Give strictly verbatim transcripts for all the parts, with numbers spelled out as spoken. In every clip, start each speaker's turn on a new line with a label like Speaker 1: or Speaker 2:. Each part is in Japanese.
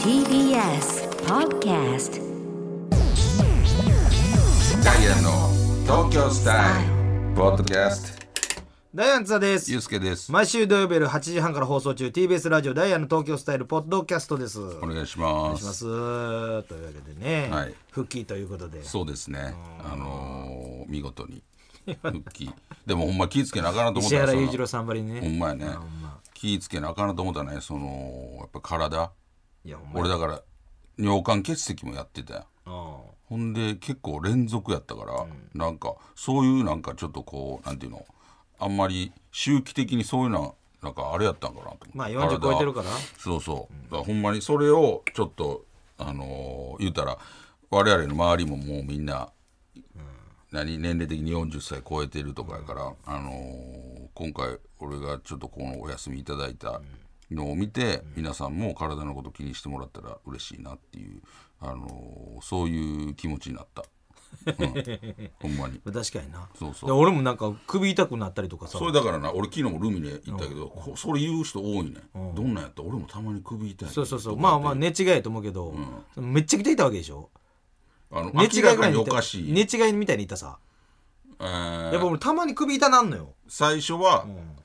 Speaker 1: ティービーエス Podcast
Speaker 2: ダイアンの東京スタイルポッドキャスト。
Speaker 3: ダイアンツァです。
Speaker 2: ゆうすけです。
Speaker 3: 毎週土曜日夜はちじはんから放送中 ティービーエス ラジオダイアンの東京スタイルポッドキャストです。
Speaker 2: お願いし
Speaker 3: お願
Speaker 2: ます。
Speaker 3: いします。というわけでね、
Speaker 2: はい、
Speaker 3: 復帰ということで。
Speaker 2: そうですね、あのー、見事に復帰でもほんま気ぃつけなあかんなと思ったら
Speaker 3: 石原裕次郎さんばりにね、
Speaker 2: ほんまやね、
Speaker 3: ほんま
Speaker 2: 気ぃつけなあかんなと思ったらね、そのやっぱ体、
Speaker 3: いやほんま
Speaker 2: 俺だから尿管結石もやってたやん。
Speaker 3: あ
Speaker 2: ほんで結構連続やったから、うん、なんかそういうなんかちょっとこうなんていうの、あんまり周期的にそういうのなんかあれやったんかなと思って。
Speaker 3: まあよんじゅう超えてるから。
Speaker 2: そうそう、うん、だからほんまにそれをちょっとあのー、言うたら我々の周りももうみんな、うん、何年齢的によんじゅっさい超えてるとかやから、うん、あのー、今回俺がちょっとこのお休みいただいたのを見て、うん、皆さんも体のこと気にしてもらったら嬉しいなっていう、あのー、そういう気持ちになった。うん、ほんまに
Speaker 3: 確かにな。
Speaker 2: そうそう、
Speaker 3: で俺もなんか首痛くなったりとかさ。
Speaker 2: それだからな、俺昨日もルミネ行ったけど、うん、それ言う人多いね、うん、どんなんやったら俺もたまに首痛い。
Speaker 3: そうそうそう、まあまあ寝違いやと思うけど、うん、めっちゃくちゃ痛いわけでしょ。
Speaker 2: あの寝違いぐらいにおかしい、
Speaker 3: 寝違いみたいに痛さ、えー、やっぱ俺たまに首痛なんのよ。
Speaker 2: 最初は、うん、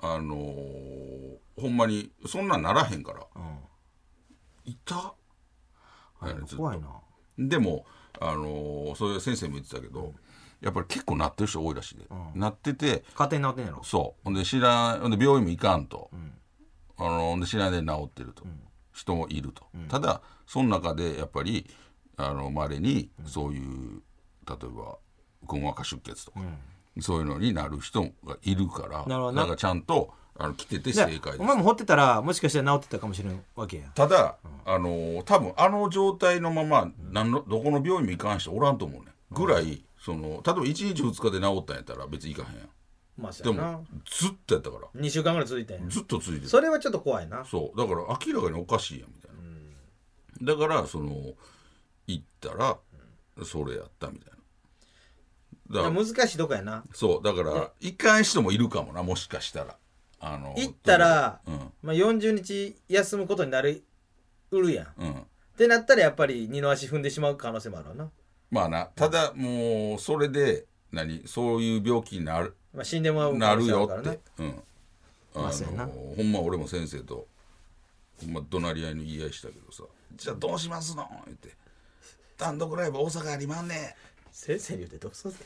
Speaker 2: あのー、ほんまにそんなんならへんから、うん、痛っ、
Speaker 3: 怖いな。
Speaker 2: でもあのー、それ先生も言ってたけど、うん、やっぱり結構なってる人多いらしいで、うん、なってて
Speaker 3: 勝手に治ってんやろ。
Speaker 2: そうほんで知らん、ほんで病院も行かんと、うん、あのほんで知らないで治ってると、うん、人もいると、うん、ただその中でやっぱりあの稀にそういう、うん、例えばくも膜下出血とか、うん、そういうのになる人がいるから、だからちゃんとあの来てて正解です。
Speaker 3: お前も掘ってたらもしかしたら治ってたかもしれんわけや。
Speaker 2: ただ、うん、あのー、多分あの状態のまま、うん、何のどこの病院も行かん人おらんと思うね、うん、ぐらいその例えばいちにちふつかで治ったんやったら別に行かへんやん、まあ、でもずっとやったから
Speaker 3: にしゅうかんぐらい続いたんやん。
Speaker 2: ずっと続いてる。
Speaker 3: それはちょっと怖いな。
Speaker 2: そうだから明らかにおかしいやんみたいな、うん、だからその行ったらそれやったみたいな。
Speaker 3: だから難しいとこやな。
Speaker 2: そうだから行かん人もいるかもな、もしかしたらあの
Speaker 3: 行ったら、うん、まあ、よんじゅうにち休むことになるうるやん、うん、ってなったらやっぱり二の足踏んでしまう可能性もあるわな。
Speaker 2: まあな、ただもうそれで何そういう病気になる、
Speaker 3: まあ、死んでもらう
Speaker 2: なるよって、うん、あの、
Speaker 3: まあ、
Speaker 2: ほんま俺も先生とほんま怒鳴り合いの言い合いしたけどさ、じゃあどうしますの言って単独ライブ大阪ありまんね
Speaker 3: 先生に言ってどうすんね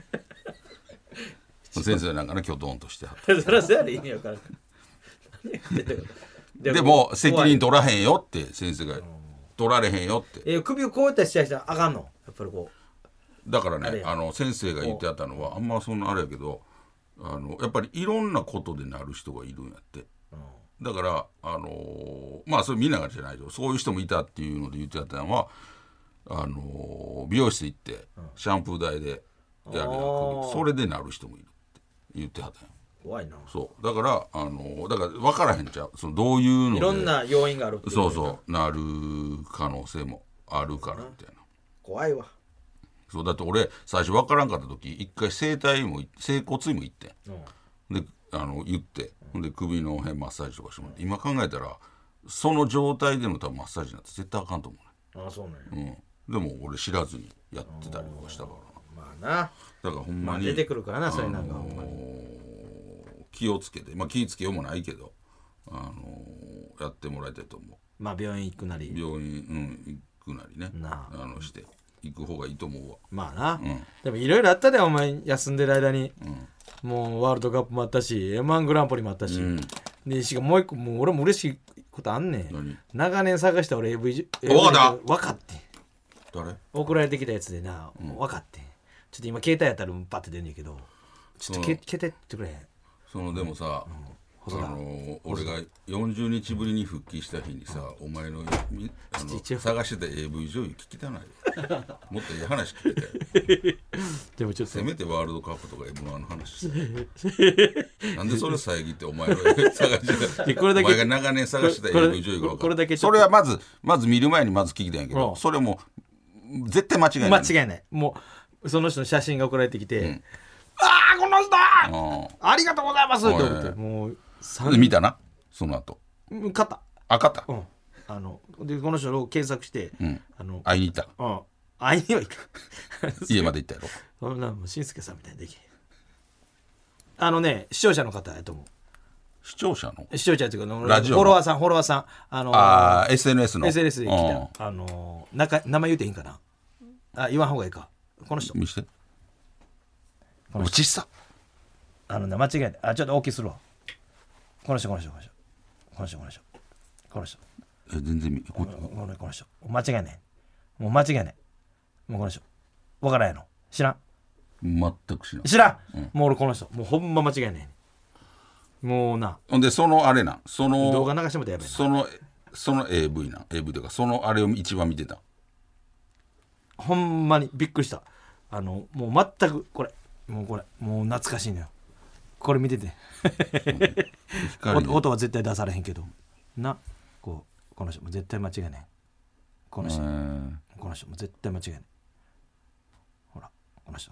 Speaker 2: 先生なんかねきょとんとしてはった
Speaker 3: そりゃそうやで意味わからん
Speaker 2: で, でも責任取らへんよって先生が取られへんよって、
Speaker 3: えー、首をこうやったりしたらあかんのやっぱりこ
Speaker 2: うだからね、あの先生が言ってあったのはあんまそんなあれやけど、あのやっぱりいろんなことでなる人がいるんやって、うん、だからあのー、まあそれみんながじゃないよ、そういう人もいたっていうので言ってあったのは、あのー、美容室行ってシャンプー台でやるやん、うん、それでなる人もいるって言ってはったんや。
Speaker 3: 怖いな。
Speaker 2: そうだからあのだから分からへんちゃう、そのどういうので
Speaker 3: いろんな要因があるっていう。
Speaker 2: そうそうなる可能性もあるからみたいな。
Speaker 3: 怖いわ。
Speaker 2: そうだって俺最初分からんかった時一回整体も整骨院も行って、うん、であの言って、うん、で首の辺マッサージとかしてもらって、今考えたらその状態での多分マッサージなんて絶対あかんと思うね。
Speaker 3: ああそうね、
Speaker 2: うん、でも俺知らずにやってたりとかしたから
Speaker 3: な。まあな、
Speaker 2: だからほんまに、
Speaker 3: まあ、出てくるからなそれなんかほんまに
Speaker 2: 気をつけて、まあ気ぃつけようもないけど、あのー、やってもらいたいと思う。
Speaker 3: まあ病院行くなり
Speaker 2: 病院、うん、行くなりね、なあのして行く方がいいと思うわ。
Speaker 3: まあな、うん、でもいろいろあったでお前休んでる間に、うん、もうワールドカップもあったし エムワン グランプリもあったし、うん、でしかももう一個もう俺も嬉しいことあんねん。長年探した俺 エーブイ
Speaker 2: 分かった
Speaker 3: 分かって
Speaker 2: 誰
Speaker 3: 送られてきたやつでな、うん、分かってちょっと今携帯やったらパッて出んねんけどちょっと携帯ってくれへん。
Speaker 2: そのでもさ、うん、あのー、俺がよんじゅうにちぶりに復帰した日にさ、うん、お前の、あの探してた エーブイ 女優聞きたないもっといい話聞いたよでもちょっとせめてワールドカップとか エムワン の話してなんでそれ遮ってお前の探してお前が長年探してた エーブイ 女優が分かる。これだけそれはまずまず見る前にまず聞きたいんやけど、うん、それも絶対間違いない。
Speaker 3: 間違いない。もうその人の写真が送られてきて、うん、ああこの人ありがとうございますって思って、もう
Speaker 2: 見たなその後
Speaker 3: 勝った。
Speaker 2: あ勝った、
Speaker 3: うん、 あのでこの人を検索して、
Speaker 2: うん、
Speaker 3: あの
Speaker 2: 会いに行った。
Speaker 3: うん、会いには行く
Speaker 2: 家まで行ったやろ。
Speaker 3: そんなもうしんすけさんみたいにできへん。あのね視聴者の方やと思う。
Speaker 2: 視聴者の
Speaker 3: 視聴者っていうか
Speaker 2: ラジオ
Speaker 3: フォロワーさんフォロワーさんあのー、
Speaker 2: あ エスエヌエス の
Speaker 3: エスエヌエス で来たあのー、中名前言うていいんかなあ言わん方がいいかこの人
Speaker 2: 見して
Speaker 3: この人
Speaker 2: 小さ
Speaker 3: あのね間違えないあちょっと大きいするわこの人この人この人この人この人この人
Speaker 2: え全然見こっち
Speaker 3: このこの人間違いないもう間違いないもうこの人分からんやろ知らん
Speaker 2: 全く知らん
Speaker 3: 知らん、
Speaker 2: うん、
Speaker 3: もう俺この人もうほんま間違いないもうな
Speaker 2: ほんでそのあれなんその
Speaker 3: 動画流してもらったらやばいな
Speaker 2: そのその エーブイ なん エーブイ というかそのあれを一番見てた
Speaker 3: ほんまにびっくりしたあのもう全くこれもうこれもう懐かしいのよこれ見てて音は絶対出されへんけどなこうこの人も絶対間違いないこの人この人も絶対間違いないほらこの人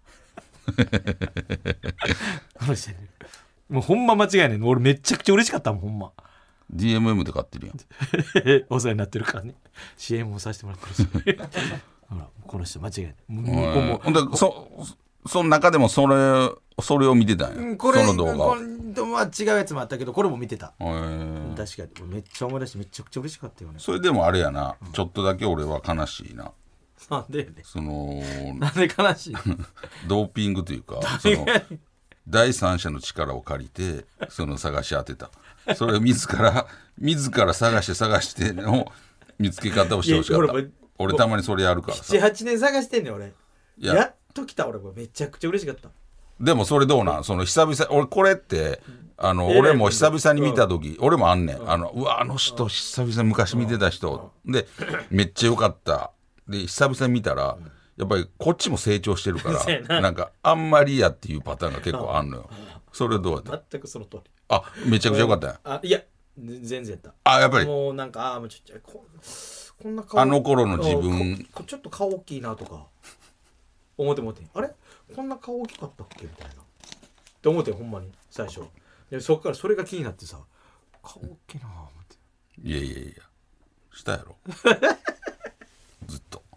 Speaker 3: この人もうほんま間違いない俺めちゃくちゃ嬉しかったもんほんま
Speaker 2: ディーエムエム で買ってるやん
Speaker 3: お世話になってるからね シーエム もさせてもらってるしほらこの人間違いないもう
Speaker 2: ほんでそその中でもそれそれを見てたんや
Speaker 3: これ
Speaker 2: その動画
Speaker 3: これとは違うやつもあったけどこれも見てた確かにめっちゃ思い出してめちゃくちゃ嬉しかったよね
Speaker 2: それでもあれやな、うん、ちょっとだけ俺は悲しいな
Speaker 3: なんでね
Speaker 2: その
Speaker 3: なんで悲しい
Speaker 2: ドーピングというかその第三者の力を借りてその探し当てたそれを自ら自ら探して探しての見つけ方をしてほしかった俺, 俺たまにそれやるからさ
Speaker 3: ななはちねん探してんねん俺 や, やっと来た俺もめちゃくちゃ嬉しかった
Speaker 2: でもそれどうなんその久々俺これってあの俺も久々に見た時、うん、俺もあんねん、うん、あのうわあの人久々昔見てた人、うん、でめっちゃ良かったで久々に見たら、うん、やっぱりこっちも成長してるからなんかあんまりやっていうパターンが結構あんのよそれどうやった
Speaker 3: 全くその通り
Speaker 2: あめちゃくちゃ良かったんや
Speaker 3: あいや全然やった
Speaker 2: あやっぱり
Speaker 3: もうなんかあもうちょっとここんな顔
Speaker 2: あの頃の自分
Speaker 3: ちょっと顔大きいなとか思って思ってあれこんな顔大きかったっけみたいなって思ってほんまに最初でそっからそれが気になってさ顔大きいな思って
Speaker 2: いやいやいやしたやろずっと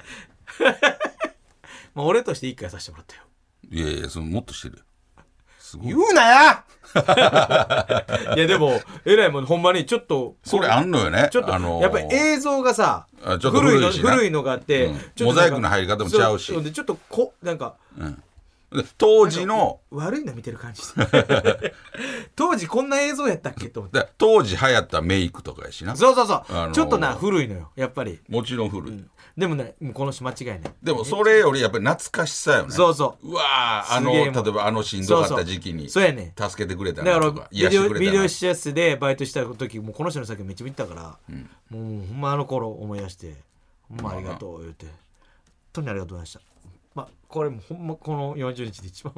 Speaker 3: まあ俺として一回させてもらったよ
Speaker 2: いやいやそのもっとしてるよすごい
Speaker 3: 言うなやいやでもえらいもんほんまにちょっと
Speaker 2: それあんのよね
Speaker 3: ちょっと、あのー、やっぱり映像がさ
Speaker 2: ちょっと古いの
Speaker 3: 古いのがあって、
Speaker 2: うん、モザイクの入り方もちゃうし
Speaker 3: でちょっとこなんか、
Speaker 2: うん当時の
Speaker 3: 悪いの見てる感じ当時こんな映像やったっけと思って
Speaker 2: 当時流行ったメイクとかやしな
Speaker 3: そうそうそう、あのー、ちょっとな古いのよやっぱり
Speaker 2: もちろん古い、うん、
Speaker 3: でもねこの人間違いない
Speaker 2: でもそれよりやっぱり懐かしさよね
Speaker 3: そうそう
Speaker 2: うわあの例えばあのしんどかった時期に助けてくれたなとか
Speaker 3: ビデオビデオ施設でバイトした時もうこの人の酒めっちゃ見てたから、うん、もうほんまあの頃思い出してほんまありがとう言うて本当にありがとうございましたまあ、これもほんまこのよんじゅうにちで一番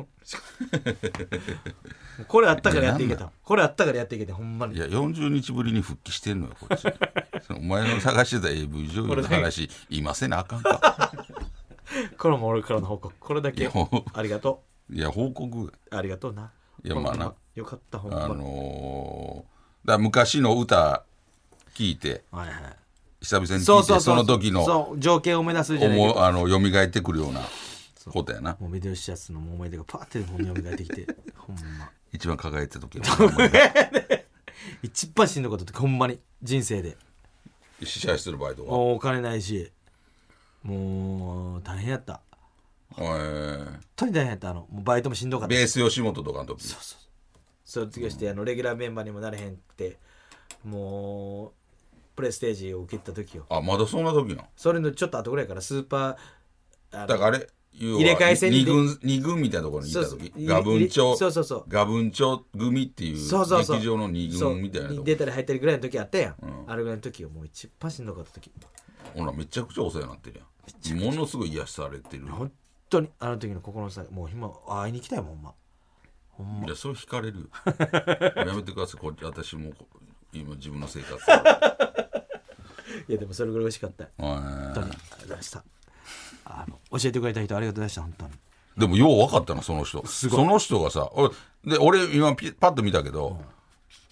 Speaker 3: これあったからやっていけたこれあったからやっていけたほんまに
Speaker 2: いやよんじゅうにちぶりに復帰してんのよこっちお前の探してた エーブイ 女優の話今せなあかんか
Speaker 3: これも俺からの報告これだけありがと
Speaker 2: ういや報告
Speaker 3: ありがとうない
Speaker 2: やまあな
Speaker 3: よかったほんま
Speaker 2: あのー、だ昔の歌聞いて、はいはい久々に聞いて そ, うそうそうその時の
Speaker 3: そう情景を目指すじゃないけど
Speaker 2: あの蘇ってくるようなことやな
Speaker 3: もうビデオ施設の思い出がパーって蘇ってきてほんま
Speaker 2: 一番輝いてた時
Speaker 3: 一番しんどかった時ほんまに人生で
Speaker 2: 試写するバイトが
Speaker 3: お金ないしもう大変やった本当に大変やったあのもうバイトもしんどかった
Speaker 2: ベース吉本とかの時
Speaker 3: そうそう卒業して、うん、あのレギュラーメンバーにもなれへんってもうプレステージを受けた時よ
Speaker 2: あまだそんな時な
Speaker 3: それのちょっと後ぐらいからスーパ
Speaker 2: ーだからあれ
Speaker 3: 入れ替え戦に
Speaker 2: 二軍二軍みたいなところに行った時画文町
Speaker 3: そうそうそう
Speaker 2: 画文町組っていう劇場の二軍みたいなとこ
Speaker 3: 出たり入ったりぐらいの時あったやん、うん、あれぐらいの時よもう一番しんどかった時
Speaker 2: ほらめちゃくちゃお世話になってるやんものすごい癒されてる
Speaker 3: 本当にあの時の心のさもう今会いに来たよもんま
Speaker 2: ほんまいやそれ惹かれるやめてくださいこっち私も今自分の生活
Speaker 3: いやでもそれぐらい美味しかった本当にありがとうございましたあの教えてくれた人ありがとうございました本当に
Speaker 2: でもよう分かったなその人その人がさ俺で俺今パッと見たけど、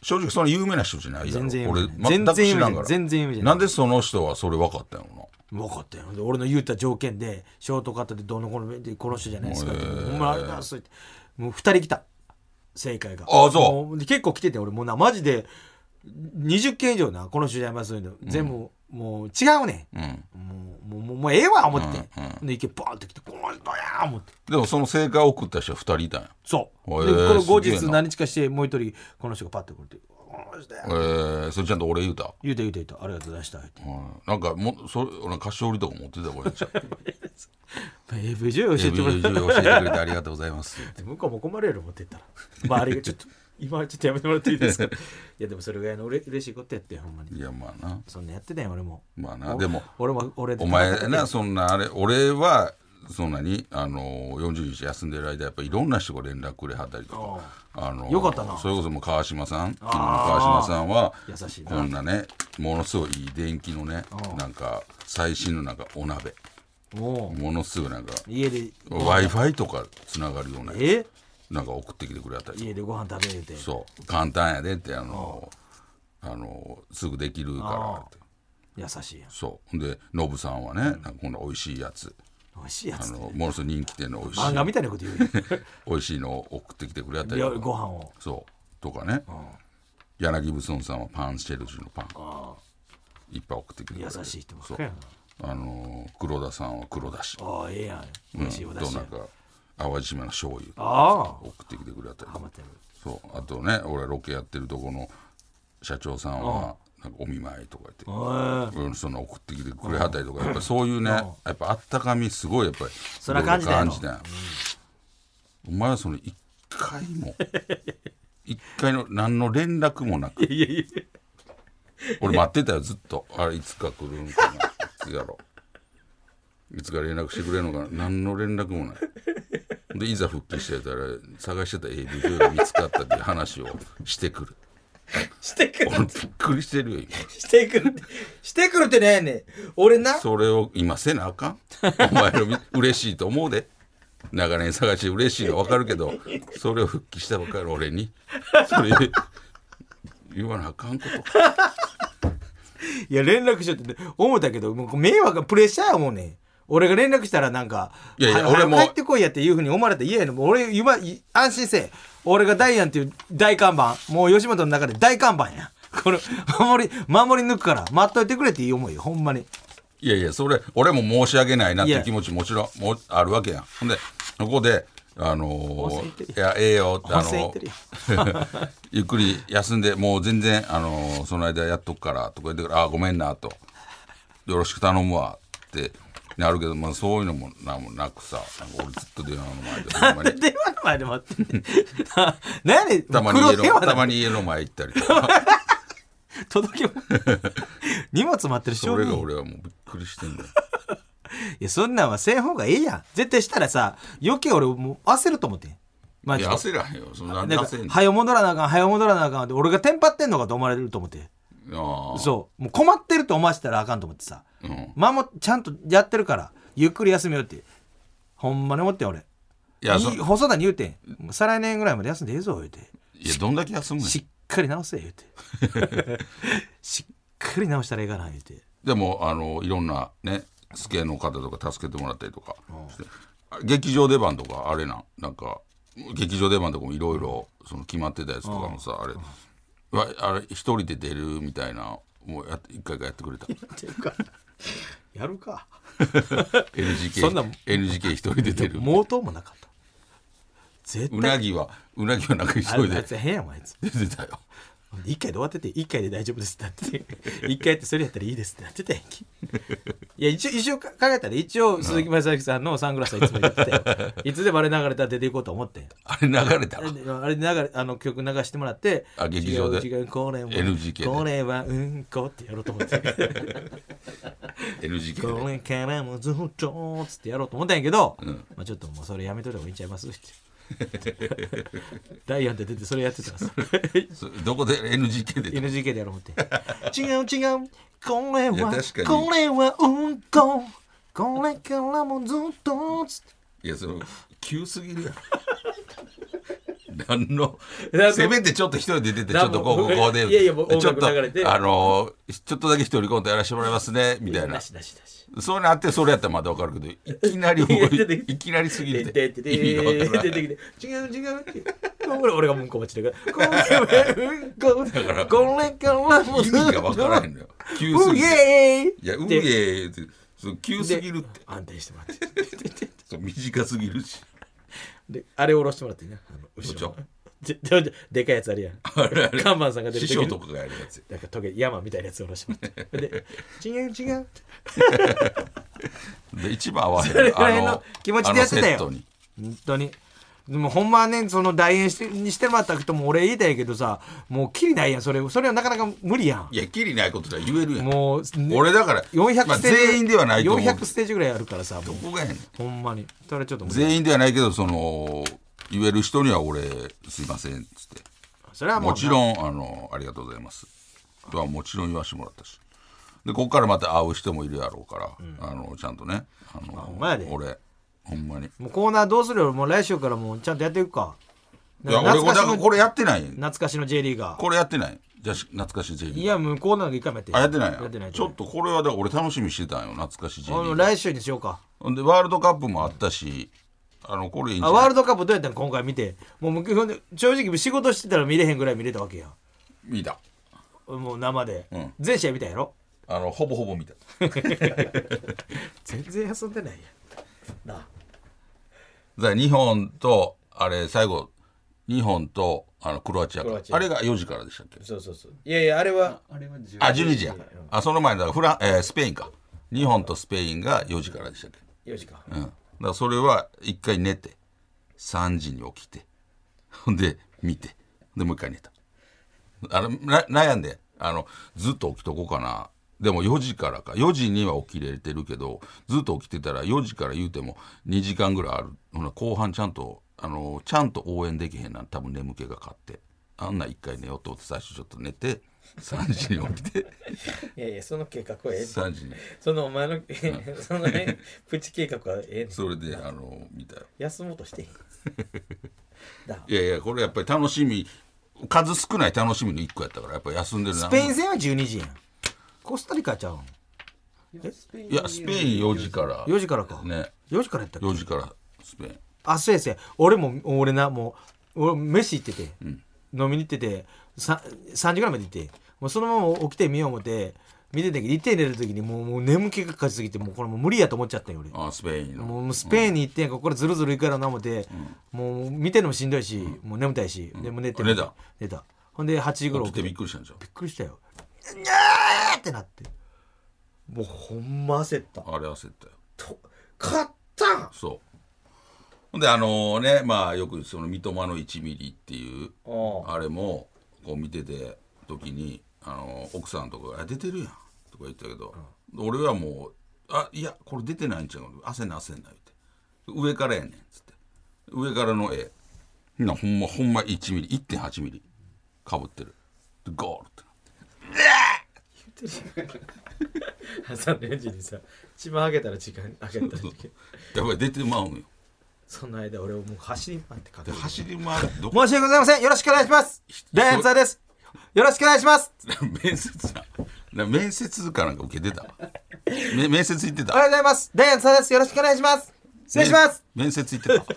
Speaker 2: 正直その有名な人じゃないやろ。
Speaker 3: 全然有名
Speaker 2: 俺
Speaker 3: 全然
Speaker 2: 全く知らんから。
Speaker 3: 全然有名じゃない。
Speaker 2: なんでその人はそれ分かったんやろ
Speaker 3: な。分かったよ。俺の言った条件でショートカットでどのこのでこの人じゃないですかって、ほんまあれだそう言ってもうふたり来た正解が。
Speaker 2: ああそう
Speaker 3: 結構来てて、俺もうなマジでにじゅっけん以上なこの人じゃいますの、うん、全部もう違うね、うん、もうもうもうええわ思って、うんうん、で一見バーンって来てこの人や思って。
Speaker 2: でもその正解を送った人はふたりいたんや。
Speaker 3: そうでこの後日何日かしてもう一人この人がパッて来るって
Speaker 2: えー、それちゃんと俺言うた
Speaker 3: 言うた言うた言うたありがとうございました、
Speaker 2: うん、なんかもそれ俺菓子折りとか持ってたこれちゃ
Speaker 3: うエーブイ 女優教えてもらって
Speaker 2: エーブイ 女優教えてくれてありがとうございます
Speaker 3: 向こうも困れる持ってったら周りがちょっと今はちょっとやめてもらっていいですかいやでもそれぐらいのうれ嬉しいことやってほんまに。
Speaker 2: いやまあな
Speaker 3: そんなやってたよ俺も。
Speaker 2: まあなでも
Speaker 3: 俺も俺で
Speaker 2: お前なそんなあれ俺はそんなにあのよんじゅうにち休んでる間やっぱいろんな人が連絡くれはったりとかあの
Speaker 3: よかったな。
Speaker 2: それこそもう川島さん昨日の川島さんは
Speaker 3: 優しいな。
Speaker 2: こんなねものすごいいい電気のねなんか最新のなんかお鍋ものすごいなんか
Speaker 3: 家で
Speaker 2: Wi-Fi とかつながるような
Speaker 3: え
Speaker 2: なんか送ってきてくれたり
Speaker 3: 家でご飯食べれて
Speaker 2: そう簡単やでってあのあのすぐできるからって
Speaker 3: 優しいやん。
Speaker 2: そうでノブさんはね、うん、なんかこんな美味しいやつ
Speaker 3: 美味しいやつ、
Speaker 2: ね、あのものすごい人気店の美味しい
Speaker 3: 漫画みたいなこと言う
Speaker 2: 美味しいのを送ってきてくれたり
Speaker 3: ご飯を
Speaker 2: そうとかね、うん、柳ブソンさんはパンシェルジュのパンいっぱい送ってきてくれたり
Speaker 3: 優しい人ばっかりや
Speaker 2: な。あの黒田さんは黒だし
Speaker 3: ああええやん美味しいおだし、うん、
Speaker 2: となんか淡路島の醤油
Speaker 3: あ
Speaker 2: 送ってきてくれたり
Speaker 3: ハマってる。
Speaker 2: そうあとね俺ロケやってるとこの社長さんはなんかお見舞いとか言ってうんその送ってきてくれはったりとかやっぱそういうねやっぱあったかみすごいやっぱり
Speaker 3: そんな感じだよ、
Speaker 2: うん、お前はその一回も一回の何の連絡もなく
Speaker 3: いやいや
Speaker 2: 俺待ってたよずっとあれいつか来るんかないつやろいつか連絡してくれるのか何の連絡もないでいざ復帰してたら探してた エーブイ 女優が見つかったっていう話をしてくる
Speaker 3: してくる
Speaker 2: 俺びっくりしてるよ今
Speaker 3: してくるってしてくるってねえねん俺な
Speaker 2: それを今せなあかんお前の嬉しいと思うで長年探して嬉しいの分かるけどそれを復帰したばっかり俺にそれ言わなあかんこと
Speaker 3: いや連絡しようって思ったけどもう迷惑プレッシャーやもんね。俺が連絡したらなんか
Speaker 2: いやいや俺も
Speaker 3: 帰ってこいやっていうふうに思われて嫌やの。俺今安心せえ俺がダイアンっていう大看板もう吉本の中で大看板やこれ守り守り抜くから待っといてくれっていい思いよほんまに。
Speaker 2: いやいやそれ俺も申し訳ないなっていう気持ちもちろんもあるわけやん。ほんでここであのー、いやええよってあのー、ゆっくり休んでもう全然あのー、その間やっとくからとか言ってからあごめんなとよろしく頼むわってなるけど、まあ、そういうのもなんもなくさ俺ずっと電話の前で
Speaker 3: なんで電話の前で待ってんねん何やねん
Speaker 2: たまに家のたまに家の前行ったりとか
Speaker 3: 届けも荷物待ってる
Speaker 2: それが俺はもうびっくりしてんだよ
Speaker 3: いやそんなんはせん方がいいやん絶対したらさ余計俺もう焦ると思って
Speaker 2: マジでいや焦らへんよそんなんで焦んねん
Speaker 3: 早戻らなあかん早戻らなあかんって俺がテンパってんのかと思われると思って
Speaker 2: あ
Speaker 3: そうもう困ってると思わせたらあかんと思ってさ、うん、守ちゃんとやってるからゆっくり休めよってほんまに思ってん俺いやい細田に言うてん再来年ぐらいまで休んでええぞ言うて
Speaker 2: いやどんだけ休むの
Speaker 3: しっかり直せ言うてしっかり直したらええかな言うて
Speaker 2: でもあのいろんなねスケの方とか助けてもらったりとか、うん、劇場出番とかあれなんなんか劇場出番とかもいろいろ決まってたやつとかもさ、うん、あれ、うん、あれ一人で出るみたいなもうや一回かやってくれた
Speaker 3: やるか
Speaker 2: エヌジーケー そんな エヌジーケー 一人で出る
Speaker 3: 毛頭もなかった絶対
Speaker 2: うなぎはうなぎはなんか一人で
Speaker 3: あいつ変やもんあいつ
Speaker 2: 出てたよ
Speaker 3: 一回で終わってて一回で大丈夫ですってなってて一回やってそれやったらいいですってなってたやんけいや一応一応考えたら一応鈴木雅之さんのサングラスはいつも言ってたよいつでもあれ流れたら出ていこうと思って
Speaker 2: あれ流れた
Speaker 3: あれあれ流れあの曲流してもらって
Speaker 2: あ劇場で
Speaker 3: 違う違うこれは
Speaker 2: エヌジーケー で
Speaker 3: これはうんこってやろうと思って
Speaker 2: エヌジーケー
Speaker 3: これからもずっとつってやろうと思ったんやけど、うんまあ、ちょっともうそれやめといた方がいいんちゃいますってダイアンって出てそれやってたんです
Speaker 2: どこで エヌジーケー で
Speaker 3: エヌジーケー でやろう思って違う違うこれはこれはうんここれからもずっとつって
Speaker 2: いやその急すぎるやん何のせめてちょっと一人で出てちょっとこうここで
Speaker 3: いやいやもう
Speaker 2: ちょっと
Speaker 3: 音楽流れて
Speaker 2: あのちょっとだけ一人コントやらせてもらいますねみたいな
Speaker 3: なしなしなし
Speaker 2: そうなってそれやったらまだ分かるけどいきなりいきなりすぎるて意味が分からない
Speaker 3: 違う違うって俺俺がうんこ待ちだからこれうんこだからこれからもう
Speaker 2: 意味が分からへんのよ急すぎて
Speaker 3: うえー
Speaker 2: いやうえーってそう急すぎるって
Speaker 3: 安定してもらって
Speaker 2: そう短すぎるし
Speaker 3: であれ下ろしてもらっていいなあの後ろで, で, でかいやつあるやん
Speaker 2: あれあれ
Speaker 3: 看板さんが出る
Speaker 2: 師匠とかがやるやつ
Speaker 3: なんかトゲ山みたいなやつ下ろしてもらってで違う違う
Speaker 2: で一番合わへん
Speaker 3: それぐらいの
Speaker 2: あの
Speaker 3: 気持ちでやってたよ
Speaker 2: あのセットに
Speaker 3: 本当にでもほんまはねその代演してにしてもらった人も俺言いたいけどさもうキリないやんそれそれはなかなか無理やん
Speaker 2: いやキリないことは言えるやん
Speaker 3: もう、ね、
Speaker 2: 俺だから
Speaker 3: よんひゃく
Speaker 2: まあ
Speaker 3: ステージ、
Speaker 2: 全員ではないと思う
Speaker 3: よんひゃくステージぐらいあるからさ
Speaker 2: どこがやねん
Speaker 3: ほんまにそれちょっと無理
Speaker 2: 全員ではないけどその言える人には俺すいませんっつって
Speaker 3: それはもう
Speaker 2: もちろんあのありがとうございますとはもちろん言わせてもらったしでここからまた会う人もいるやろうから、うん、あのちゃんとねあの
Speaker 3: ほんまやで
Speaker 2: 俺ほんまに
Speaker 3: もうコーナーどうするよもう来週からもうちゃんとやっていくか
Speaker 2: いや俺だからこれやってない
Speaker 3: 懐かしの J リーガー
Speaker 2: これやってないじゃあ懐かしい J リーガー
Speaker 3: いやもうコーナーがいっかいもやって
Speaker 2: あやってないや
Speaker 3: やってない
Speaker 2: ちょっとこれはだから俺楽しみにしてたんよ懐かしい J リーガー
Speaker 3: 来週にしようか
Speaker 2: ほんでワールドカップもあったしあのこれいいんじゃない
Speaker 3: あワールドカップどうやったの今回見てもうほんで正直仕事してたら見れへんぐらい見れたわけや
Speaker 2: 見た
Speaker 3: もう生で、
Speaker 2: うん、
Speaker 3: 全試合見たやろ
Speaker 2: あのほぼほぼ見た
Speaker 3: 全然休んでないやんなあ
Speaker 2: だから日本とあれ最後日本とあのクロアチアかあれがよじからでしたっけ
Speaker 3: そうそうそういやいやあれは
Speaker 4: あれはじゅう
Speaker 2: あじゅうにじやあその前だからフラン、えー、スペインか日本とスペインがよじからでしたっけ
Speaker 3: よじか、
Speaker 2: うん、だからそれは一回寝てさんじに起きてほんで見てでもう一回寝たあれな悩んであのずっと起きとこうかなでもよじからかよじには起きれてるけどずっと起きてたらよじから言うてもにじかんぐらいあるほな後半ちゃんとあのちゃんと応援できへんな多分眠気が勝ってあんな一回寝ようと思って最初ちょっと寝てさんじに起きて
Speaker 3: いやいやその計画はええ
Speaker 2: さんじに
Speaker 3: そのお前のそのねプチ計画はええねん
Speaker 2: それであの見たよ
Speaker 3: 休もうとしてだ
Speaker 2: いやいやこれやっぱり楽しみ数少ない楽しみのいっこやったからやっぱ休んでるな
Speaker 3: スペイン戦はじゅうにじやんコスタリカちゃうん
Speaker 2: いやスペインよじから
Speaker 3: よじからか
Speaker 2: ね
Speaker 3: よじからやったっけ
Speaker 2: よじからスペイン
Speaker 3: あそうやそうや俺も俺なもう俺飯行ってて、うん、飲みに行っててささんじぐらいまで行ってもうそのまま起きてみよう思って見てたけど行って寝る時にもうもう眠気が勝ちすぎてもうこれもう無理やと思っちゃったよ俺
Speaker 2: あスペインの
Speaker 3: もうスペインに行ってんかこれずるずる行くやろな思って、うん、もう見てるのもしんどいし、うん、もう眠たいし、うん、でも寝て
Speaker 2: 寝た
Speaker 3: 寝たほんではちじ頃
Speaker 2: 起きてびっくりしたんじゃん
Speaker 3: びっくりしたよにゃーってなってもうほんま焦った
Speaker 2: あれ焦ったよ
Speaker 3: と勝った
Speaker 2: そうほんであのねまあよくその三笘のいちミリっていうあれもこう見てて時にあの奥さんとかが出てるやんとか言ったけど、うん、俺はもうあいやこれ出てないんちゃう焦んな焦んな言って上からやねんっつって上からの絵なほんまほんまいちミリ いってんはちミリかぶってるでゴールって
Speaker 3: 言ってる朝のよじにさ一番上げたら時間上げたら時間
Speaker 2: やっぱり出てまうんよ
Speaker 3: その間俺もう走り回ってか
Speaker 2: 走り回る
Speaker 3: 申し訳ございませんよろしくお願いしますダイアンツァーですよろしくお願いします
Speaker 2: 面接な面接かなんか受けてた面接行ってた
Speaker 3: おはようございますダイアンツァーですよろしくお願いします失礼します
Speaker 2: 面接行ってた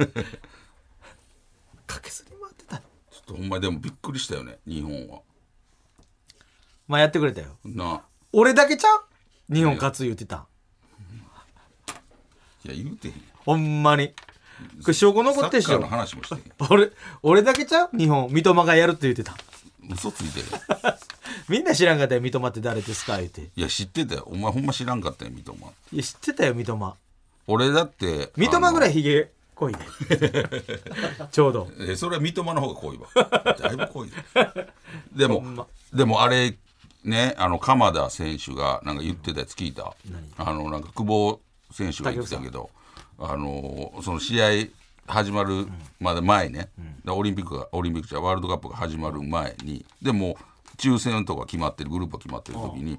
Speaker 3: 駆けずり回ってた
Speaker 2: ちょっとほんまでもびっくりしたよね日本は
Speaker 3: まあやってくれたよ
Speaker 2: な
Speaker 3: 俺だけちゃう日本勝つ言ってた
Speaker 2: いや言うてへん
Speaker 3: ほんまにこれ証拠残ってんしょ
Speaker 2: サッカーの話もしてへん
Speaker 3: 俺俺だけちゃう日本三笘がやるって言ってた
Speaker 2: 嘘ついてる
Speaker 3: みんな知らんかったよ三笘って誰ですか言って
Speaker 2: いや知ってたよお前ほんま知らんかったよ三笘
Speaker 3: いや知ってたよ三笘
Speaker 2: 俺だって
Speaker 3: 三笘ぐらいヒゲ濃いねちょうど
Speaker 2: えそれは三笘の方が濃いわだいぶ濃いでも、ま、でもあれねあの鎌田選手がなんか言ってたやつ聞いたあのなんか久保選手が言ってたけどあのその試合始まるまで前ね、うん、オリンピックがオリンピックじゃワールドカップが始まる前にでも抽選とか決まってるグループが決まってる時に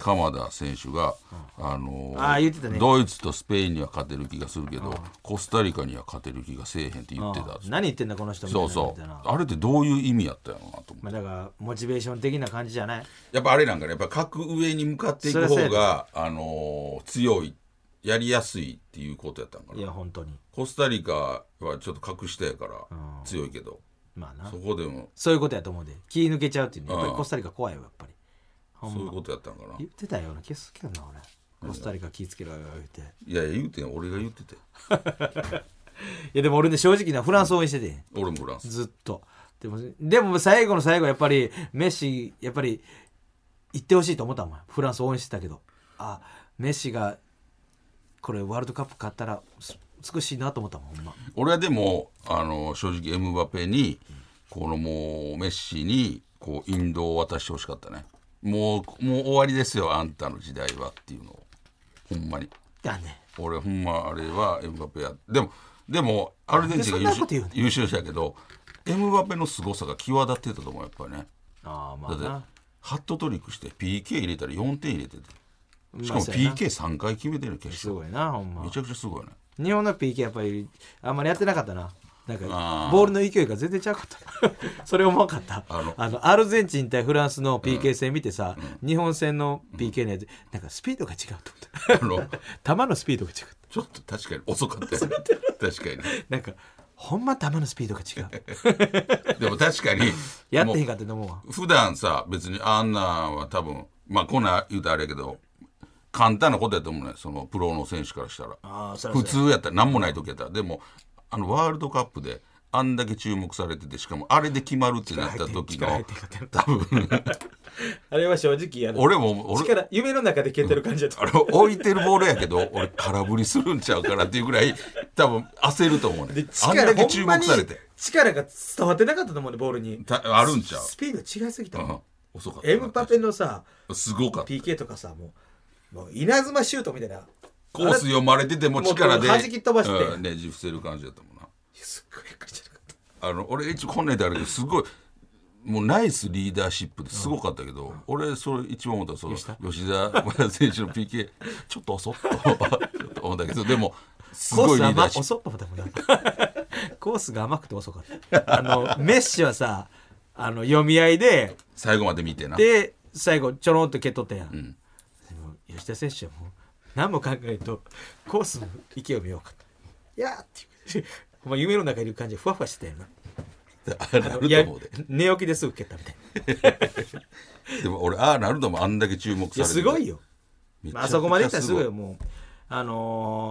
Speaker 2: 鎌田選手が、うん、あの
Speaker 3: ー、あ言ってたね、
Speaker 2: ドイツとスペインには勝てる気がするけど、うん、コスタリカには勝てる気がせえへんって言ってた、
Speaker 3: うん、何言ってんだこの人みたいな。
Speaker 2: そうそうあれってどういう意味やったのかなと思って、
Speaker 3: まあ、だからモチベーション的な感じじゃない。
Speaker 2: やっぱあれなんかね、やっぱ格上に向かっていく方が、あのー、強いやりやすいっていうことやったんかな。
Speaker 3: いや本当に
Speaker 2: コスタリカはちょっと格下やから強いけど、
Speaker 3: うん、まあな、
Speaker 2: そこでも
Speaker 3: そういうことやと思うで、気抜けちゃうっていうのはやっぱりコスタリカ怖いよやっぱり。
Speaker 2: そういうことやったんかな。
Speaker 3: 言ってたような気がするけどな俺。コスタリカ気ぃつけろよ言って。
Speaker 2: いやいや言うてん、俺が言ってて
Speaker 3: いやでも俺ね正直なフランス応援してて、
Speaker 2: うん、俺もフランス
Speaker 3: ずっと。でもでも最後の最後やっぱりメッシやっぱり行ってほしいと思ったもん。フランス応援してたけど、あメッシがこれワールドカップ勝ったら美しいなと思ったもんほんま。
Speaker 2: 俺はでもあの正直エムバペに、うん、このもうメッシにこう引導を渡してほしかったね。もうもう終わりですよあんたの時代はっていうのをほんまに。
Speaker 3: だね。
Speaker 2: 俺ほんまあれはエムバペや。でもでもアルゼンチンが優勝、ね、優勝したけどエムバペの凄さが際立ってたと思うやっぱりね。
Speaker 3: あまあな。
Speaker 2: だってハットトリックして ピーケー 入れたらよんてん入れてて、しかも ピーケーさん 回決めてる決勝。
Speaker 3: すごいなほんま。
Speaker 2: めちゃくちゃすごいね。
Speaker 3: 日本の ピーケー やっぱりあんまりやってなかったな。なんかボールの勢いが全然ちゃうかったそれ思わかった。あのあのアルゼンチン対フランスの ピーケー 戦見てさ、うん、日本戦の ピーケー のやつ、うん、なんかスピードが違うと思った球のスピードが違う。
Speaker 2: ちょっと確かに遅かったよ確かに
Speaker 3: なんかほんま球のスピードが違う
Speaker 2: でも確かに
Speaker 3: やってへんかって思うわ。
Speaker 2: 普段さ別にあんなんは多分まあこんなん言うとあれやけど簡単なことやと思うね、そのプロの選手からしたら。あそれそれ普通やったら何もない時やったら。でもあのワールドカップであんだけ注目されてて、しかもあれで決まるってなった時の多分
Speaker 3: あれは正直やる。
Speaker 2: 俺も俺
Speaker 3: 力夢の中で蹴ってる感じだった、
Speaker 2: うん、あれ置いてるボールやけど俺空振りするんちゃうかなっていうぐらい多分焦ると思うね。あんだけ注目されて
Speaker 3: 力が伝わってなかったと思うねボールに。
Speaker 2: あるんちゃう。
Speaker 3: スピード違いすぎた、うん、
Speaker 2: 遅かった。
Speaker 3: エムバペのさ
Speaker 2: すごかった
Speaker 3: ピーケー とかさもう、もう稲妻シュートみたいな
Speaker 2: コース読まれてても力で
Speaker 3: 弾き飛ばして、
Speaker 2: うん、ねじ伏せる感じだったもんな。
Speaker 3: すっごいびっくりじゃなかった。
Speaker 2: あの俺一応こんなんであるけどすごいもうナイスリーダーシップですごかったけど、うん、俺それ一番思ったその吉田選手の ピーケー ちょっと遅っと思ったけどでもすごいリーダーシップ。
Speaker 3: コース遅っと思ったもんなコースが甘くて遅かったあのメッシはさあの読み合いで
Speaker 2: 最後まで見てな
Speaker 3: で最後ちょろんと蹴っとったやん、うん、でも吉田選手はもう何も考えるとコースの勢いを見ようかといやーっていうお前夢の中にいる感じでふわふわしてたよな。
Speaker 2: あなると思うで
Speaker 3: 寝起きですぐ蹴ったみたい
Speaker 2: でも俺ああなるともあんだけ注目されてる。いや
Speaker 3: すごいよ、まあ、あそこまでいったらすごいよ。もうあの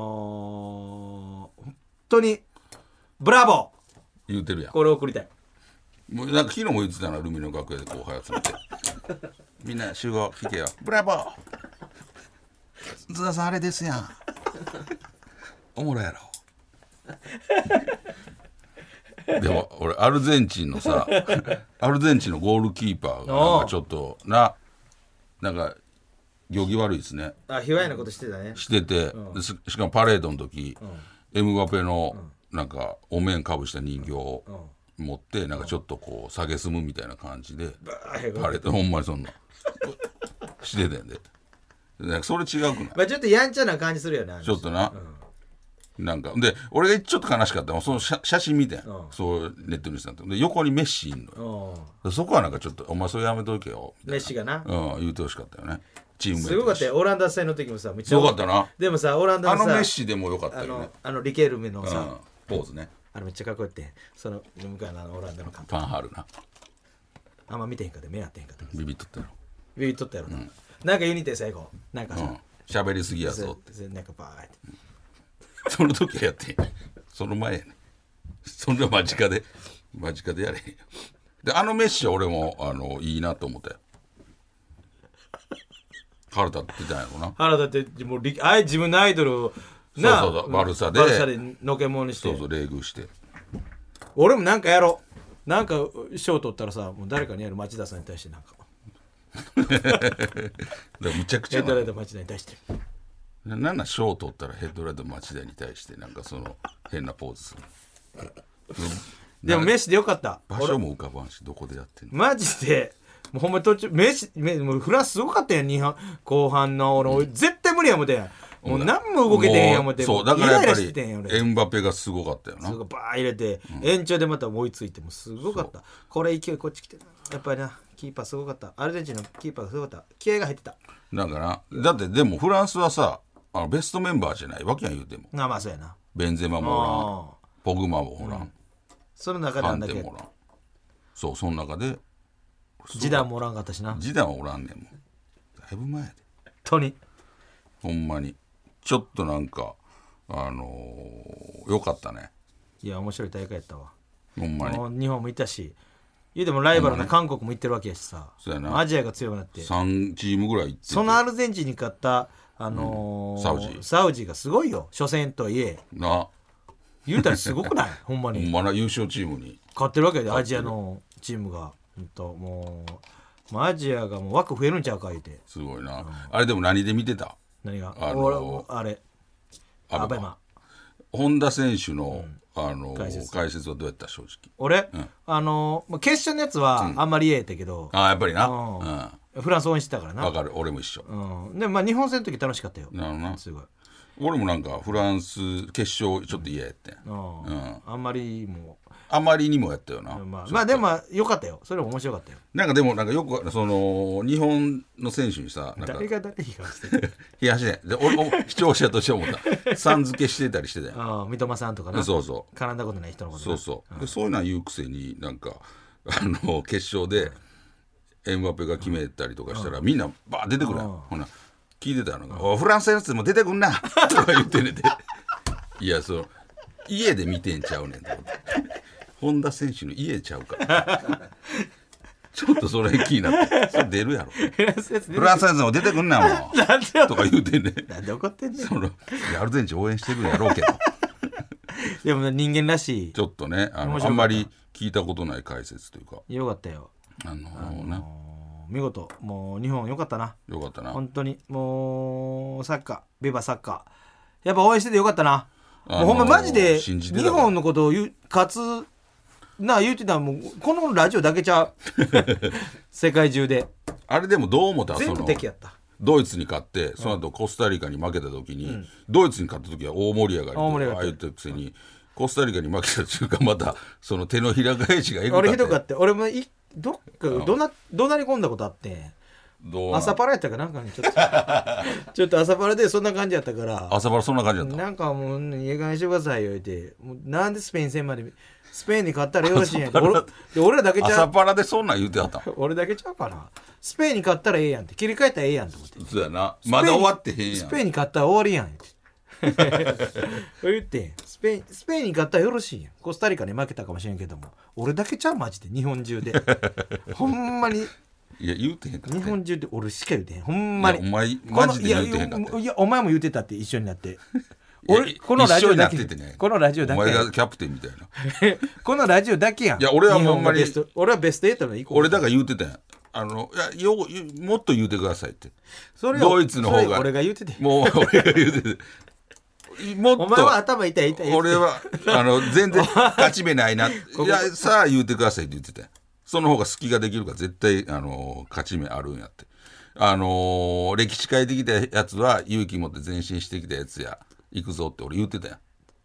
Speaker 3: ー、本当にブラボー
Speaker 2: 言うてるやん。
Speaker 3: これを送りたい。
Speaker 2: もうなんか昨日も言ってたなルミの楽屋で後輩集めてみんな集合聞けよブラボー津田さんあれですやんおもろやろでも俺アルゼンチンのさアルゼンチンのゴールキーパーがなんかちょっとななんか行儀悪いですね。
Speaker 3: あ卑猥なことしてたね。
Speaker 2: してて、うん、し, しかもパレードの時、うん、エムバペのなんかお面かぶした人形を持ってなんかちょっとこう蔑むみたいな感じで、うん、パレードほんまにそんなしてたんでなんかそれ違うくない、
Speaker 3: まあ、ちょっとやんちゃな感じするよな
Speaker 2: ちょっとな、うん、なんかで俺がちょっと悲しかったのはその 写, 写真見てん、うん、そうネットニュースなんてで横にメッシいんのよ。そこはなんかちょっとお前それやめとけよみたいな
Speaker 3: メッシがな、
Speaker 2: うん、言うてほしかったよね。チーム
Speaker 3: すごかったよオランダ戦の時もさめっちゃ
Speaker 2: すごかったな。
Speaker 3: でもさオランダのさ
Speaker 2: あのメッシでもよかったよね。あの
Speaker 3: あのリケルメのさ、うん、
Speaker 2: ポーズね
Speaker 3: あれめっちゃかっこよくてその向かいのオランダの監督
Speaker 2: パンハールな
Speaker 3: あんま見てへんかって目合ってへんかった
Speaker 2: ビビっとったよ
Speaker 3: ビビっとったやろな、うん、なんかユニテ最後なんかさ
Speaker 2: 喋、うん、りすぎやぞって
Speaker 3: なんかバーって、
Speaker 2: うん、その時はやってその前やねそんな間近で間近でやれへんよ。であのメッシは俺もあのいいなと思ったよ。腹立ってたんやろな。
Speaker 3: 腹立ってもうあい自分のアイドルを
Speaker 2: なそうそうバルサで
Speaker 3: バルサでのけもんにして
Speaker 2: そうそう冷遇して
Speaker 3: 俺もなんかやろうなんか賞取ったらさもう誰かにやる町田さんに対してなんか
Speaker 2: むちゃくちゃ
Speaker 3: ヘッドライト町田に対して
Speaker 2: なんなん賞取ったらヘッドライト町田に対してなんかその変なポーズする
Speaker 3: でもメッシでよかった。
Speaker 2: 場所も浮かばんしどこでやってんの
Speaker 3: マジでもうほんま途中メシメもうフランスすごかったやんに半後半の俺、うん、絶対無理や思てもう何も動けてへんや思て
Speaker 2: そうだからやっぱりエムバペがすごかったよな
Speaker 3: すごいバー入れて、うん、延長でまた追いついてもすごかったこれ勢いこっち来てやっぱりなキーパーすごかったアルゼンチンのキーパーがすごかった気合が入ってた
Speaker 2: だからだってでもフランスはさあのベストメンバーじゃないわけやん言うても
Speaker 3: あまあそうやな
Speaker 2: ベンゼマもおらんポグマもおらん、うん、
Speaker 3: その中であんだけ
Speaker 2: もおらんそうその中で
Speaker 3: ジダンもおらんかったしな
Speaker 2: ジダンはおらんねんもうだいぶ前で
Speaker 3: 本当に
Speaker 2: ほんまにちょっとなんかあのー、よかったね
Speaker 3: いや面白い大会やったわ
Speaker 2: ほんまに
Speaker 3: 日本もいたし言うてもライバルの韓国も行ってるわけやしさ、
Speaker 2: そうやな
Speaker 3: アジアが強くなって
Speaker 2: さんチームぐらい行って
Speaker 3: そのアルゼンチンに勝ったあのーうん、サウジサウジがすごいよ初戦とはいえ
Speaker 2: な
Speaker 3: 言うたらすごくないほんまに
Speaker 2: ほんまな優勝チームに
Speaker 3: 勝ってるわけでアジアのチームがほんともうアジアがもう枠増えるんちゃうか言うて
Speaker 2: すごいな、うん、あれでも何で見てた
Speaker 3: 何があのー、あれアベマ
Speaker 2: 本田選手の、うん、あのー、解説、解説はどうやった正直
Speaker 3: 俺、うん、あのー、決勝のやつはあんまり言えたけど、
Speaker 2: うん、あやっぱりな、
Speaker 3: うんうん、フランス応援してたからな
Speaker 2: わかる俺も一緒、
Speaker 3: うん、でまあ日本戦の時楽しかったよ
Speaker 2: なるな
Speaker 3: すごい
Speaker 2: 俺もなんかフランス決勝ちょっと嫌やって、
Speaker 3: うんうん、あんまりもう
Speaker 2: あまりにもやったよな、
Speaker 3: まあ、まあでもよかったよそれも面白かったよ
Speaker 2: なんかでもなんかよくその日本の選手にさなんか
Speaker 3: 誰が誰批判してる
Speaker 2: 批判してで俺視聴者として思ったさん付けしてたりしてたよ
Speaker 3: ああ三笘さんとかな
Speaker 2: そうそう
Speaker 3: 絡んだことない人のこと
Speaker 2: そうそう、うん、でそういうのは言うくせになんかあの決勝でエムバペが決めたりとかしたら、うん、みんなバー出てくるやん、うん、ほな聞いてたのが、うん、フランスのやつも出てくんなとか言ってねていやそう家で見てんちゃうねんと思って本田選手の家ちゃうからちょっとそれ気になってそれ出るやろフランスのやつも出てくんなもうとか言うてんねん
Speaker 3: なんで怒ってんねん
Speaker 2: そのアルゼンチン応援してるんやろうけど
Speaker 3: でも人間らしい
Speaker 2: ちょっとね あ, のあんまり聞いたことない解説というか
Speaker 3: よかったよ
Speaker 2: あのー
Speaker 3: あのー
Speaker 2: ね
Speaker 3: 見事もう日本よかったな
Speaker 2: よかったな
Speaker 3: 本当にもうサッカービバサッカーやっぱ応援しててよかったな、あのー、もうほんまマジで日本のことを言う勝つな言うてたらもうこのラジオだけちゃう世界中で
Speaker 2: あれでもどう思った
Speaker 3: 全部敵やった
Speaker 2: ドイツに勝ってその後コスタリカに負けた時に、うん、ドイツに勝った時は大盛り上がりでああ言ったくせに、うん、コスタリカに負けた中間またその手のひら返しがエグかって
Speaker 3: 俺ひどかって俺もいどっかどなどなり込んだことあって朝パラやったかなんかにちょっとちょっと朝パラでそんな感じやったから
Speaker 2: 朝パラそんな感じやった
Speaker 3: なんかもう家帰してくださいよ言ってもうなんでスペイン戦までスペインに勝ったらよろしいんやん俺, 俺らだけちゃう
Speaker 2: 朝パラでそんなん言うてはった
Speaker 3: 俺だけちゃうかなスペインに勝ったらええやんって切り替えたらええやんと思って
Speaker 2: そうやなまだ終わってへんやん
Speaker 3: スペインに勝ったら終わりやんって言ってスペインスペインに勝ったらよろしいやんコスタリカに負けたかもしれんけども俺だけちゃうマジで日本中でほんまに
Speaker 2: いや言うてへんかった
Speaker 3: 日本中で俺しか言うてへんほんまに
Speaker 2: お前マジで言うてへんかった
Speaker 3: いやお前も言うてたって一緒になって
Speaker 2: 俺このラジオだけ、ね、
Speaker 3: このラジオだけ
Speaker 2: お前がキャプテンみたいな
Speaker 3: このラジオだけやん
Speaker 2: いや俺はほんまに
Speaker 3: 俺はベストエイトの行こう
Speaker 2: 俺だから言うてたやんあのいやよもっと言うてくださいってそれドイツの方が
Speaker 3: 俺が言うてて
Speaker 2: もう俺が言うててもっと
Speaker 3: お前は頭痛い痛い
Speaker 2: 俺はあの全然勝ち目ないないやさあ言うてくださいって言ってたやんその方が隙ができるから絶対あの勝ち目あるんやってあのー、歴史変えてきたやつは勇気持って前進してきたやつや行くぞって俺言ってたやん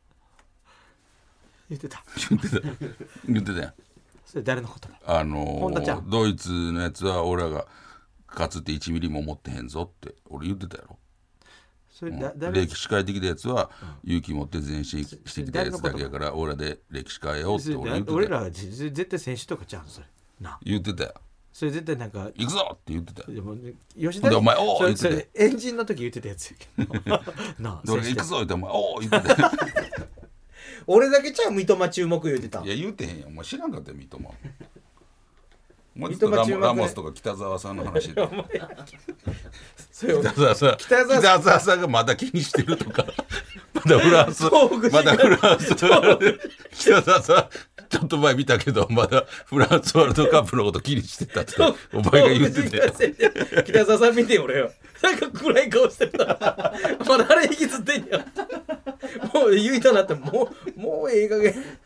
Speaker 3: 言ってた
Speaker 2: 言ってた言ってたやん
Speaker 3: それ誰のことだ
Speaker 2: あのー、ドイツのやつは俺らが勝つっていちミリも思ってへんぞって俺言ってたやろそれだ、うん、歴史変えてきたやつは、うん、勇気持って前進してきたやつだけやから俺らで歴史変えようって俺言ってた
Speaker 3: 俺らは絶対選手とかちゃうそれな
Speaker 2: 言ってたよ
Speaker 3: それ絶対なんか
Speaker 2: 行くぞって言ってたよ
Speaker 3: でも吉田
Speaker 2: でお前おお言ってたよ
Speaker 3: エンジンの時言ってたやつやけどなあ
Speaker 2: 行くぞってお前おお言ってたよ
Speaker 3: 俺だけちゃう三笘注目言ってた
Speaker 2: いや言うてへんやんお前知らんかったよ三笘お前ずっと ラ, モラモスとか北沢さんの話で北沢さん北沢さん北沢さんがまだ気にしてるとかまだフランスまだフランス北沢さんちょっと前見たけどまだフランスワールドカップのこと気にしてたってお前が言ってて
Speaker 3: 北沢さん見てよ俺よなんか暗い顔してたまだあれ引きずってんやもう言いたなってもうもうええ加減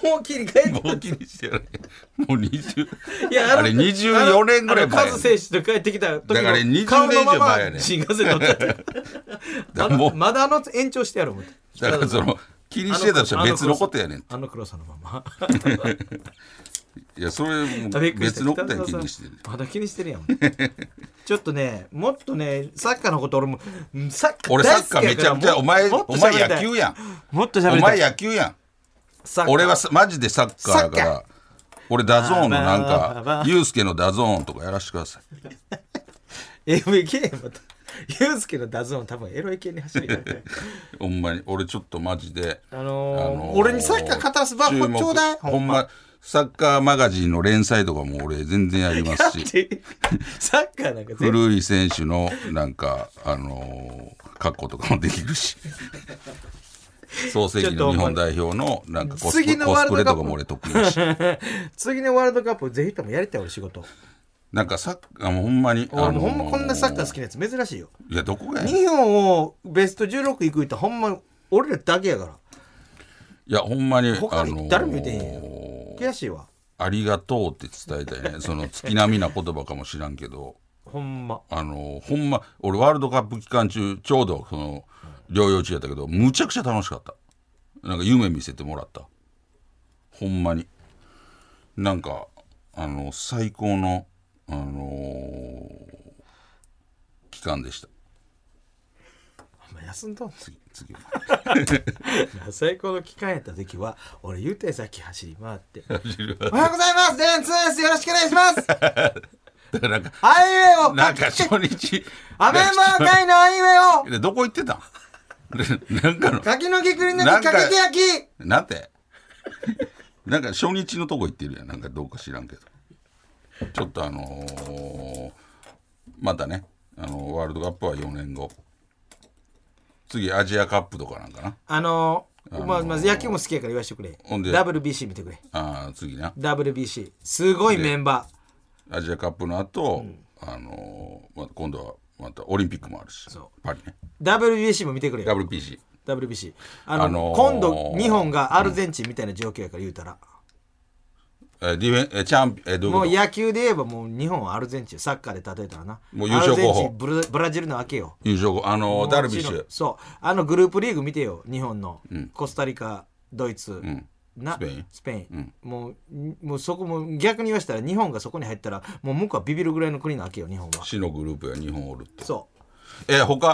Speaker 3: もう切り替えて
Speaker 2: もう気にしてやるもうにじゅう
Speaker 3: いや
Speaker 2: あれにじゅうよねんぐらい前
Speaker 3: カズ選手と帰ってきた時
Speaker 2: だからにじゅう
Speaker 3: の顔のま
Speaker 2: ねん以上前やね
Speaker 3: ま新幹線乗ってたまだまだあの延長してやろう思って
Speaker 2: だからその気にしてたとしたら別のことやねん
Speaker 3: あの黒さのまま
Speaker 2: いやそれも別のことや気にしてる
Speaker 3: まだ気にしてるやんちょっとねもっとねサッカーのこと俺もサッカー
Speaker 2: 俺サッカーめちゃめちゃお前お前野球やん
Speaker 3: もっと喋りたい
Speaker 2: お前野球やん俺はマジでサッカーだから俺ダゾーンのなんかユースケのダゾーンとかやらせてください
Speaker 3: エーブイ 系またユースケのダゾーン多分エロい系に走りやる
Speaker 2: ほんまに俺ちょっとマジで
Speaker 3: あのーあのー、俺にサッカー語らす場所ちょうだい
Speaker 2: ほんまサッカーマガジンの連載とかも俺全然やりますし
Speaker 3: サッカーなんか
Speaker 2: 古い選手のなんかあのー、格好とかもできるし創世紀の日本代表のなんかコスプ、コスプレとかも俺得意だし
Speaker 3: 次のワールドカップぜひともやりたい俺仕事
Speaker 2: なんかサッカーもほんまに
Speaker 3: 俺もほんまこんなサッカー好きなやつ珍しいよ
Speaker 2: いやどこがや
Speaker 3: 日本をベストじゅうろく行くってほんま俺らだけやから
Speaker 2: いやほんまに
Speaker 3: 他に誰も言ってへんよ、あのー、悔しいわ
Speaker 2: ありがとうって伝えたいねその月並みな言葉かもしらんけど
Speaker 3: ほんま
Speaker 2: あのー、ほんま俺ワールドカップ期間中ちょうどその療養中やったけどむちゃくちゃ楽しかったなんか夢見せてもらったほんまになんかあの最高のあのー、期間でした
Speaker 3: お前休んどん
Speaker 2: 次次
Speaker 3: 最高の期間やった時は俺言うてさっき走り回っておはようございますデンツーですよろしくお願いします
Speaker 2: だからなんか
Speaker 3: あいうえお
Speaker 2: なんか初日
Speaker 3: アメンバー会のあいうえお
Speaker 2: でどこ行ってたんなんかの
Speaker 3: 柿の木くり抜きかけて焼き
Speaker 2: なんてなんか初日のとこ行ってるやんなんかどうか知らんけどちょっとあのー、またねあのワールドカップはよねんご次アジアカップとかなんかな
Speaker 3: あのーあのー、まあ、まず野球も好きやから言わしてくれほんで ダブリュービーシー 見てくれ
Speaker 2: ああ次な
Speaker 3: ダブリュービーシー すごいメンバ
Speaker 2: ーアジアカップの後、うんあのーま、今度はまたオリンピックもあるしパリね ダブリュービーシー
Speaker 3: も見てくれ
Speaker 2: ダブリュービーシー
Speaker 3: ダブリュービーシー あの、あのー、今度日本がアルゼンチンみたいな状況やから言うたら、
Speaker 2: うん、えディフェンえチャンピえどういうこと
Speaker 3: もう野球で言えばもう日本はアルゼンチンサッカーで例えたらな
Speaker 2: もう優勝候補
Speaker 3: アルゼンチンブ ラ, ブラジルのわけよ
Speaker 2: 優勝候補あのー、ダルビッシュ
Speaker 3: そうあのグループリーグ見てよ日本の、うん、コスタリカドイツ、うんな
Speaker 2: スペイン、
Speaker 3: スペイン、うん、もうもうそこも逆に言わせたら日本がそこに入ったらもう向こうはビビるぐらいの国なわけよ日本は
Speaker 2: 死のグループや日本おるって
Speaker 3: そう
Speaker 2: えー、他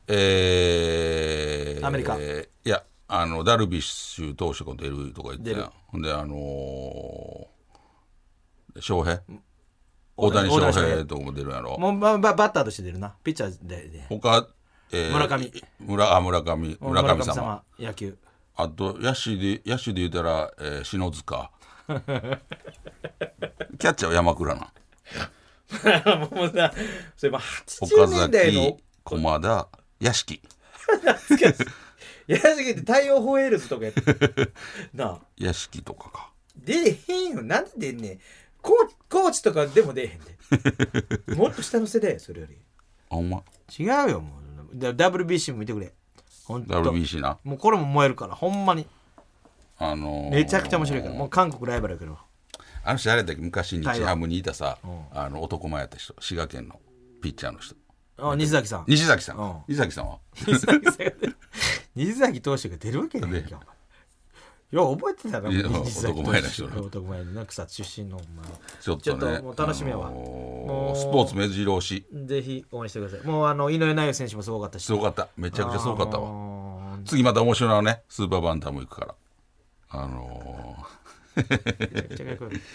Speaker 2: えー、
Speaker 3: アメリカ
Speaker 2: いやあのダルビッシュ投手が出るとか言ってたほんであのー、翔平大谷翔平とかも出るやろ
Speaker 3: もうバ, バッターとして出るなピッチャーでで
Speaker 2: 他、えー、
Speaker 3: 村上
Speaker 2: 村あ村上村上様,
Speaker 3: 様野球
Speaker 2: あと野手で野手で言うたら、えー、篠塚キャッチャーは山倉な
Speaker 3: もうさそれもはちじゅうねんだいの
Speaker 2: 岡崎駒田屋敷
Speaker 3: 屋敷って太陽ホエールズとかやってなあ
Speaker 2: 屋敷とかか
Speaker 3: 出へんよなんで出んねんコーコーチとかでも出へんでもっと下の世代それより
Speaker 2: あほんま
Speaker 3: 違うよもう ダブリュービーシー も見てくれほんと
Speaker 2: ダブリュービーシー な
Speaker 3: もうこれも燃えるからほんまに
Speaker 2: あのー、
Speaker 3: めちゃくちゃ面白いからもう韓国ライバルやけど
Speaker 2: あの人あれだっけ昔日ハムにいたさ、うん、あの男前やった人滋賀県のピッチャーの人
Speaker 3: あ西崎さん
Speaker 2: 西崎さん、うん、西崎さんは
Speaker 3: 西崎さんが出る西崎投手が出るわけないやんよう覚えてたな
Speaker 2: 男前の人
Speaker 3: 男前の草津出身の
Speaker 2: ちょっとね
Speaker 3: ちょっともう楽しみやわ、あの
Speaker 2: ー、スポーツ目白押し
Speaker 3: ぜひ応援してくださいもうあの井上尚弥選手もすごかったし
Speaker 2: すごかっためちゃくちゃすごかったわ、あのー、次また面白いのねスーパーバンタム行くからあのー、めちゃくちゃかっこい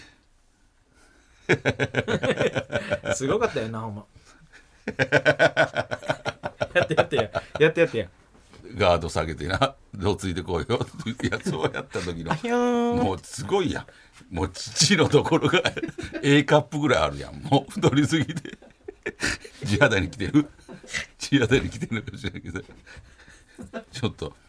Speaker 2: いすごかったよなほんまやってやってややってやってやガード下げてなどうついてこいよってやつをやった時のもうすごいやんもう父のところが A カップぐらいあるやんもう太りすぎて地肌に来てる地肌に来てるのかもしれないけどちょっと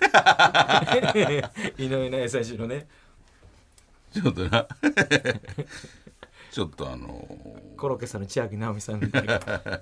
Speaker 3: 井上尚弥選手のね
Speaker 2: ちょっとなちょっとあのー、
Speaker 3: コロッケさんの千秋直美さんみたいな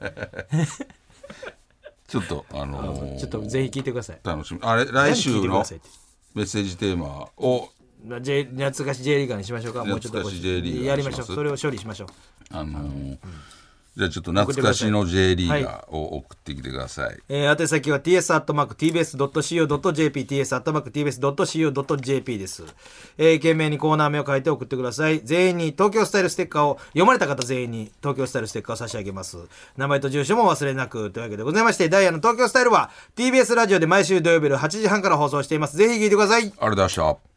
Speaker 2: ちょっとあのー、
Speaker 3: ちょっとぜひ聞いてください
Speaker 2: 楽しみあれ来週のメッセージテーマを
Speaker 3: J 懐かし J リーガーにしましょうか。もうちょっと
Speaker 2: 懐かし J リーガー
Speaker 3: やりましょう。それを処理しましょう。
Speaker 2: あのーうんじゃあちょっと懐かしの J リーガーを送ってきてください、はい
Speaker 3: えー、宛先は ティーエス アットマーク ティービーエス ドット シーオー ドット ジェーピー ティーエス アットマーク ティービーエス ドット シーオー ドット ジェーピー です、えー、懸命にコーナー名を書いて送ってください。全員に東京スタイルステッカーを読まれた方全員に東京スタイルステッカーを差し上げます。名前と住所も忘れなくというわけでございまして、ダイヤの東京スタイルは ティービーエス ラジオで毎週土曜日のはちじはんから放送しています。ぜひ聞いてください。あり
Speaker 2: がとうございました。